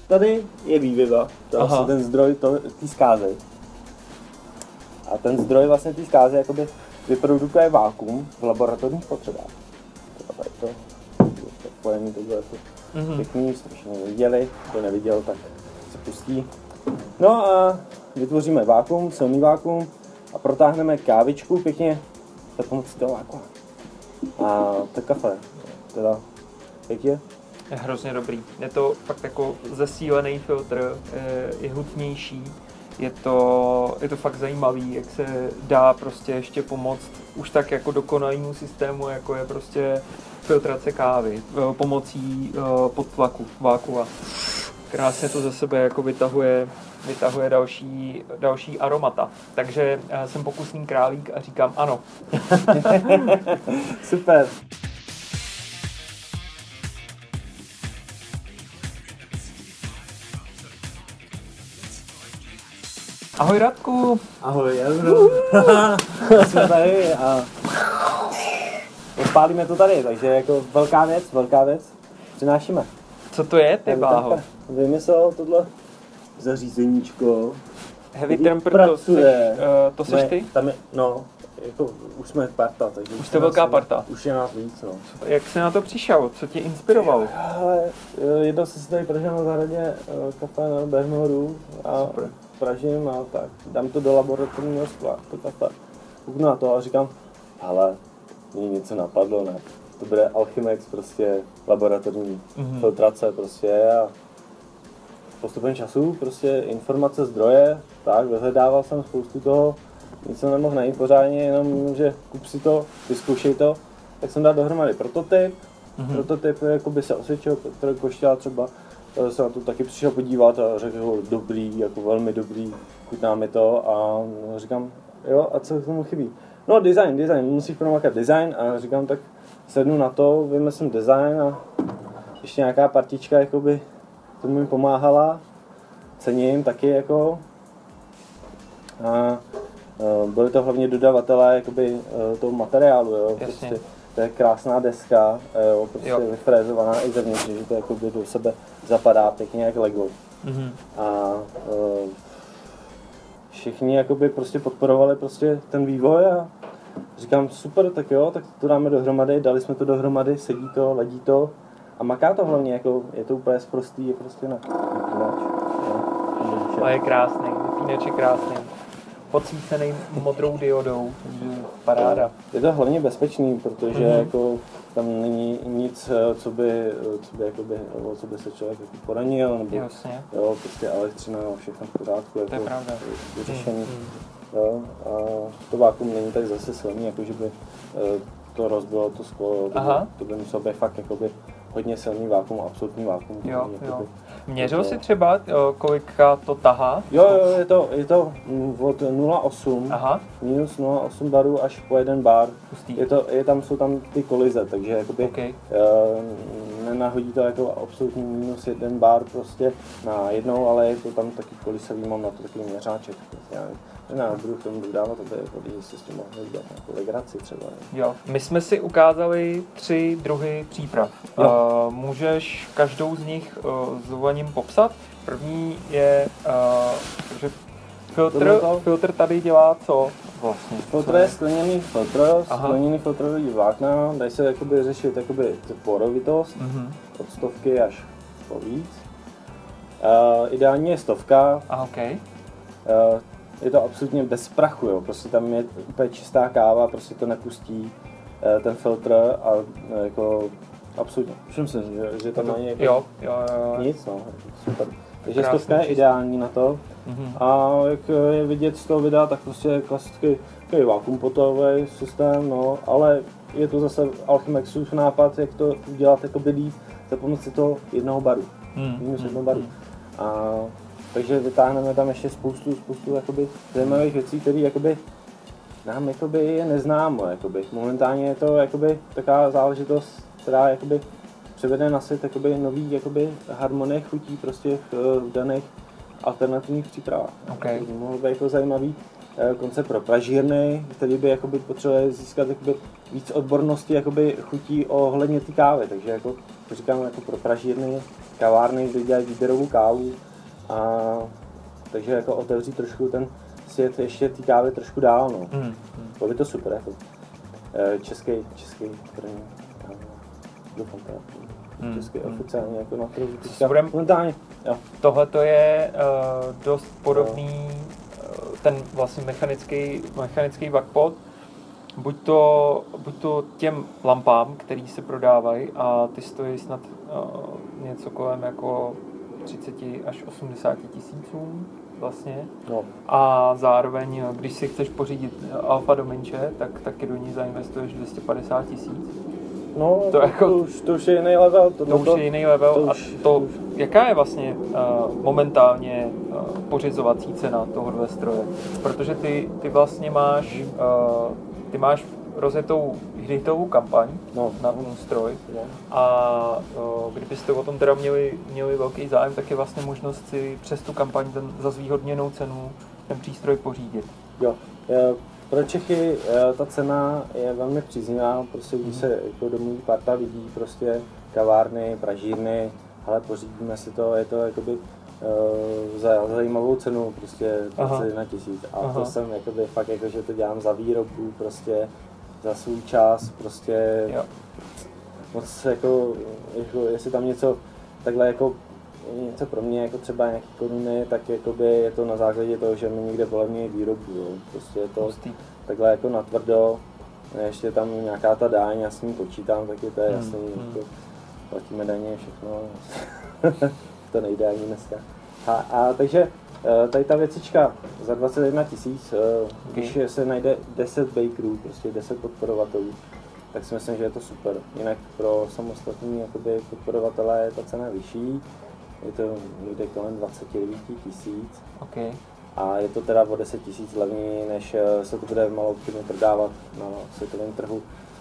tady je výviva, to je vlastně ten zdroj té zkázy. A ten zdroj vlastně té zkázy jakoby vyprodukuje vákuum v laboratorních potřebách. To spojený tohle jako pěkný, strašně neviděli, kdo neviděl, tak se pustí. No a vytvoříme vákuum, silný vákuum a protáhneme kávičku pěkně za pomocí toho vákua. A to kafe, teda, jak je? Je hrozně dobrý. Je to fakt jako zesílený filtr, je hutnější. Je to fakt zajímavý, jak se dá prostě ještě pomoct už tak jako dokonalému systému, jako je prostě filtrace kávy pomocí podtlaku, vákua. Krásně to ze sebe jako vytahuje další aromata. Takže jsem pokusný králík a říkám ano. Super. Ahoj Radku. Ahoj, Jaro. Jsme tady a odpálíme to tady, takže jako velká věc, přinášíme. Co to je, ty bláho? Vymyslel tohle zařízeníčko. Heavy Temper, to seš ty? Tam je, no, jako už jsme parta, takže už to velká parta. Už je nás víc, no. Jak jsi na to přišel? Co tě inspirovalo? Ale jednou jsem si tady pražil na zahradě kafe na Bernhoru a super. Pražím a tak. Dám to do laboratorního skla, to kafe. Kouknu na to a říkám, hele, mě něco napadlo, ne? To bude Alchemex, prostě laboratorní filtrace prostě a postupem času prostě informace, zdroje, tak, vyhledával jsem spoustu toho, nic jsem nemohl najít pořádně, jenom, že kup si to, vyzkoušej to, tak jsem dal dohromady prototyp, prototyp jakoby se osvědčil, Petr Košťál třeba se na to taky přišel podívat a řekl, dobrý, jako velmi dobrý, chutná mi to a říkám, jo, a co k tomu chybí? No design, musíš promakat design a říkám, tak sednu na to, vymyslím design a ještě nějaká partička jakoby tomu mi pomáhala, cením taky jako a byli to hlavně dodavatelé jakoby toho materiálu, jo, prostě to je krásná deska, jo, prostě vyfrézovaná i zevnitř, že to jakoby do sebe zapadá pěkně jak Lego. A všichni jakoby prostě podporovali prostě ten vývoj a říkám super, tak jo, tak to dáme dohromady, dali jsme to dohromady, sedí to, ledí to a maká to hlavně, jako je to úplně sprostý, je prostě na vypínač. A je krásný, vypínač je krásný. Podsvícený modrou diodou, paráda. Je to hlavně bezpečný, protože jako tam není nic, co by se člověk jako poranil, nebo jo, prostě elektřina, všechno v pořádku, jako to je pravda. Vyřešený. Jo, a to vákuum není tak zase silný, jako že by to rozbilo to sklo, to by muselo být fakt jakoby hodně silný vákuum, absolutní vákuum. Jo. Měřil jsi třeba, kolika to tahá? Jo, je to od 0,8 minus 0,8 barů až po 1 bar. Jsou tam ty kolize, takže jakoby nenahodí to jako absolutní minus 1 bar prostě na jednou, ale je to tam taky kolisový, mám na to takový měřáček. Já budu k tomu dodávat, aby si s tím mohli dělat nějakou legraci třeba. Jo, my jsme si ukázali 3 druhy příprav. Můžeš každou z nich s dovolením popsat? První je, že filtr tady dělá co vlastně? Filtr je skleněný filtrový vlákna, dají se jakoby řešit jakoby porovitost od 100 až po víc. Ideální je 100. Je to absolutně bez prachu, jo. Prostě tam je úplně čistá káva, prostě to nepustí ten filtr a jako absolutně. Všim si, že tam není jako nic, no, super. Takže 100 je ideální na to. A jak je vidět z toho videa, tak prostě klasický vákuumpotový systém, no, ale je to zase Alchemexův nápad, jak to udělat jako líp za pomoci toho jednoho baru, minus jednoho baru. A takže vytáhneme tam ještě spoustu jakoby zajímavých věcí, které jakoby nám jakoby je neznámo. Jakoby. Momentálně je to jakoby taková záležitost, která jakoby přivede na svět jakoby nový jakoby harmonie chutí prostě v daných alternativních přípravách. To by mohlo být jako zajímavý koncept pro pražírny, který by jakoby potřebovali získat jakoby víc odbornosti, jakoby chutí ohledně té kávy, takže jako říkám jako pro pražírny, kavárny, kde dělají výběrovou kávu, a takže jako otevřít trošku ten svět ještě té kávy trošku dál, no. Bylo by to super, jako český první, doufám to, český oficiálně jako na trhu teďka momentálně. Tohle to je dost podobný ten vlastně mechanický backpot, buď to těm lampám, který se prodávají, a ty stojí snad něco kolem jako 30 až 80 tisíců vlastně. No. A zároveň, když si chceš pořídit Alfa Dominče, tak taky do ní zainvestuješ 250 tisíc. No, to už je jiný level. To už je jiný level. Jaká je vlastně momentálně pořizovací cena tohohle stroje? Protože ty vlastně máš, ty máš rozjetou hitovou kampaň na ten stroj, a kdybyste o tom teda měli velký zájem, tak je vlastně možnost si přes tu kampaň za zvýhodněnou cenu ten přístroj pořídit. Jo. Pro Čechy ta cena je velmi příznivá, prostě když se jako domluví parta lidí, prostě kavárny, pražírny, ale pořídíme si to, je to jakoby za zajímavou cenu, prostě 21 tisíc. A to jsem jakoby fakt jako, že to dělám za výrobu, prostě za svůj čas, prostě moc jako jestli tam něco takhle jako něco pro mě, jako třeba nějaký koruny, tak jakoby je to na základě toho, že mi někde polevňují výrobu, jo. Prostě je to takhle jako natvrdo, ještě tam nějaká ta daň, já s ním počítám, taky to je jasný, jako platíme daně, všechno, to nejde ani dneska. A takže tady ta věcička za 21 tisíc, když se najde 10 bakerů, prostě 10 podporovatelů, tak si myslím, že je to super. Jinak pro samostatní jakoby podporovatele je ta cena vyšší. Je to někde kolem 29 tisíc. Okay. A je to teda o 10 tisíc levněji, než se to bude maloobchodně prodávat na světovém trhu.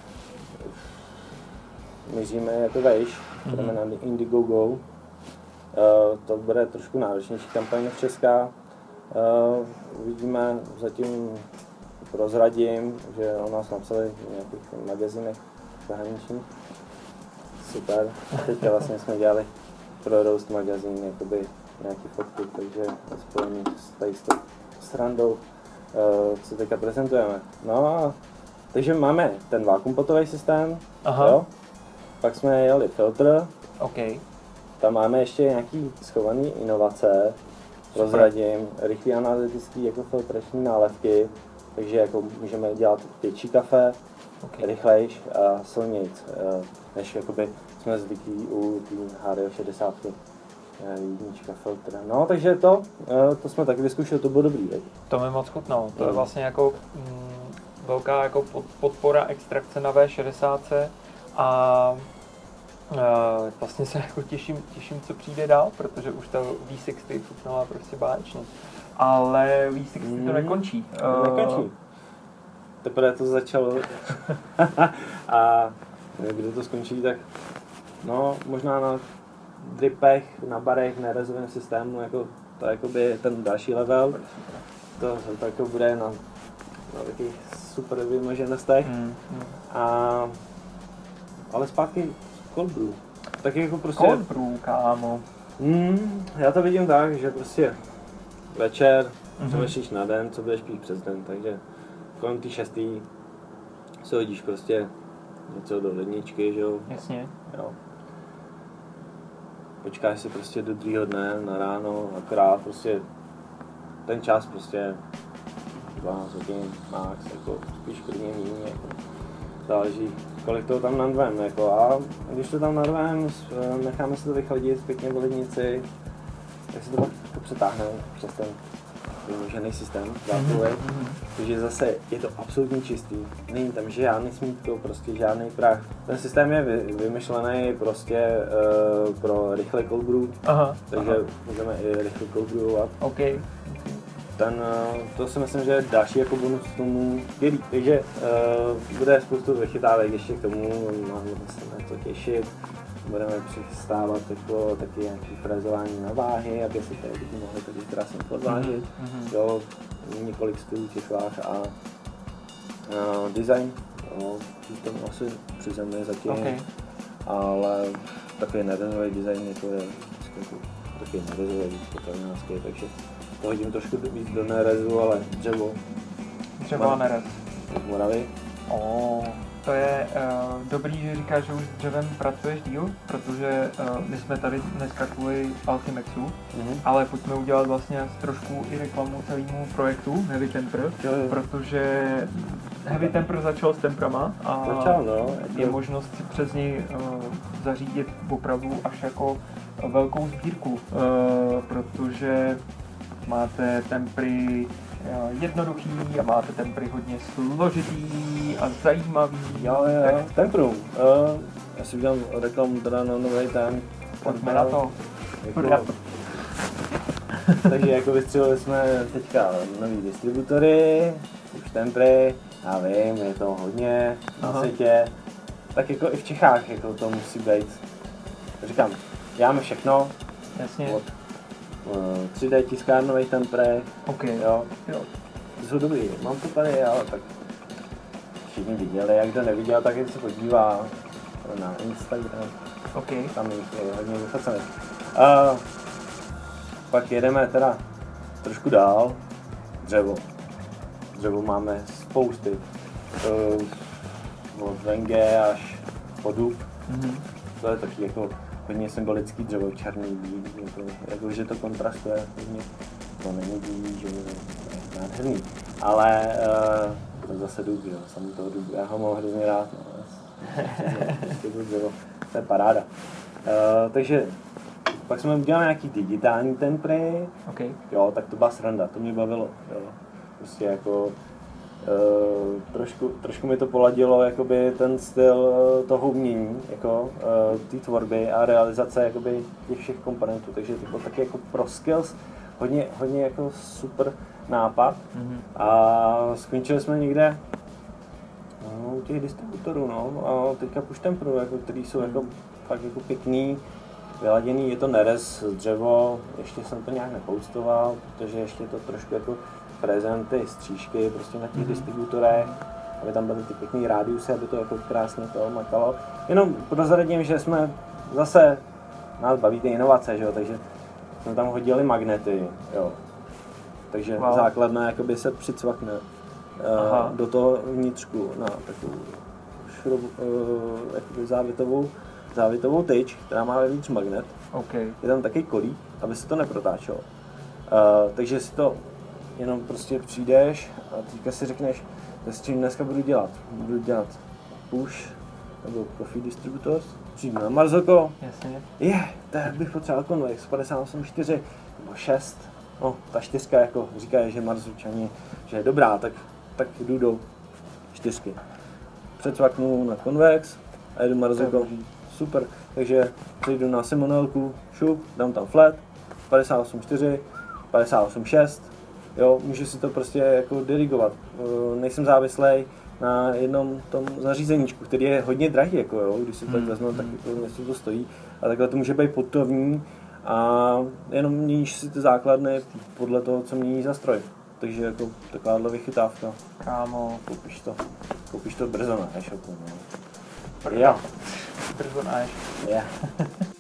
Míříme jako vejš, jdeme na Indiegogo. To bude trošku náročnější kampaň než česká. Uvidíme, zatím prozradím, že o nás napsali v nějakých magazinech zahraničních. Super. Teďka vlastně jsme dělali pro Roast magazín jakoby nějaký fotky, takže spojení s tou srandou, co teďka prezentujeme. No a takže máme ten vakuumpotový systém, jo? Pak jsme jeli filtr, tam máme ještě nějaký schovaný inovace, prozradím, rychlý analytický jako filtrační nálepky, takže jako můžeme dělat větší kafe, rychlejš a silnějc, než jakoby jsme zvyklí u HDO 60 jednička filtra. No, takže to jsme taky vyzkoušeli, to bylo dobrý, veď? To mi moc chutnalo, to je vlastně jako velká jako podpora extrakce na V60 a vlastně se jako těším, co přijde dál, protože už ta V60 chutnala prostě báječně. Ale V60 to nekončí. Nekončí. Teprve to začalo a kde to skončí, tak no, možná na dripech, na barech, na rezovém systému, jako to jakoby ten další level. To jako bude na takových super vymoženostech. Ale zpátky cold brew. Tak jako prostě cold brew, kámo. Já to vidím tak, že prostě večer přemýšlíš na den, co budeš pít přes den, takže kolem té 6. se hodíš prostě něco do ledničky, že jo? Jasně. Jo. Počkáš si prostě do druhého dne na ráno, akorát prostě ten čas prostě 12 hodin max, jako spíš klidně méně, jako záleží, kolik toho tam narvem, jako a když to tam narvem, necháme se to vychladit pěkně v lednici, tak se to pak jako přetáhne přes ten vymožený systém zápůvek, takže zase je to absolutně čistý, není tam žádný smítko, prostě žádný prach. Ten systém je vymyšlený prostě pro rychlé cold brew, takže můžeme i rychle cold brewovat. To si myslím, že je další jako bonus k tomu skvělý, takže bude spoustu vychytávek ještě k tomu, máme se na to těšit. budeme přestávat jako taky nějaký frezování na váhy, aby si tady lidi mohli tady krásně podvážit. Jo, několik stylů těch váh a design, to asi při zemi zatím, ale takový nerezový design jako je takový nerezový potravinářský, takže to hodím trošku víc do nerezu, ale dřevo. Dřevo a nerez. Z Moravy. To je dobrý, že říkáš, že už s dřevem pracuješ díl, protože my jsme tady dneska kvůli Alchemexu, ale pojďme udělat vlastně trošku i reklamu celému projektu Heavy Temper, protože Heavy Temper začal s temprama a je možnost si přes něj zařídit opravdu až jako velkou sbírku, protože máte tempry jednoduchý a máte tempry hodně složitý a zajímavý. Jo, Temprum. Já si udělám reklamu teda na nový ten. Pojďme na to. Takže jako vystřelili jsme teďka nový distributory, už tempry, já vím, je to hodně na světě. Tak jako i v Čechách jako to musí být. Říkám, děláme všechno. Jasně. Od 3D tiskárnových temprech. Jo. To jsou dobrý, mám to tady, ale tak všichni viděli, jak kdo neviděl, tak jen se podívá na Instagram. Tam je hodně vyfocených. Pak jedeme teda trošku dál, dřevo. Dřevo máme spousty. Od Venge až po dub. To je taky jako hodně symbolický dřevo, černý, bílý, jako že to kontrastuje hodně. To není bílý, že je nádherný. Ale to je zase dub, jo, samý toho dubu, já ho mám hrozně rád. To je paráda. Takže pak jsme udělali nějaký digitální tempry, jo, tak to byla sranda, to mě bavilo, jo. Prostě jako trošku mi to poladilo jakoby ten styl toho umění, jako té tvorby a realizace jakoby těch všech komponentů, takže to bylo taky jako pro skills hodně jako super nápad a skončili jsme někde u těch distributorů, a teďka Push Tempru, jako, který jsou jako fakt jako pěkný, vyladěný, je to nerez, dřevo, ještě jsem to nějak nepoustoval, protože ještě to trošku jako prezenty, střížky prostě na těch distributorech, aby tam byly ty pěkný rádiusy, aby to jako krásně to makalo. Jenom prozradím, že jsme zase, nás baví ty inovace, že jo, takže jsme tam hodili magnety, jo. Takže základna jakoby se přicvakne do toho vnitřku na takovou závětovou tyč, která má vevnitř magnet. Je tam taky kolí, aby se to neprotáčelo. Takže si to jenom prostě přijdeš a teďka si řekneš, s čím dneska budu dělat. Budu dělat push nebo coffee distributors, přijdu na Marzoko. Tak bych potřeboval Convex 58.4 nebo 6. No, ta 4 jako říkají, že Marzučani, že je dobrá, tak jdu do 4. Přecvaknu na Convex a jedu Marzoko. Super, takže přejdu na Simonelku, šup, dám tam flat, 58.4, 58.6, jo, můžu si to prostě jako dirigovat. Nejsem závislej na jednom tom zařízeníčku, který je hodně drahý, jako jo, když si to tak vezmu, tak jako něco to stojí. A takhle to může být podtovní a jenom měníš si ty základny podle toho, co mění za stroj. Takže jako takováhle vychytávka. Kámo. Koupíš to brzo na e-shopu, no. Brzo na e-shopu.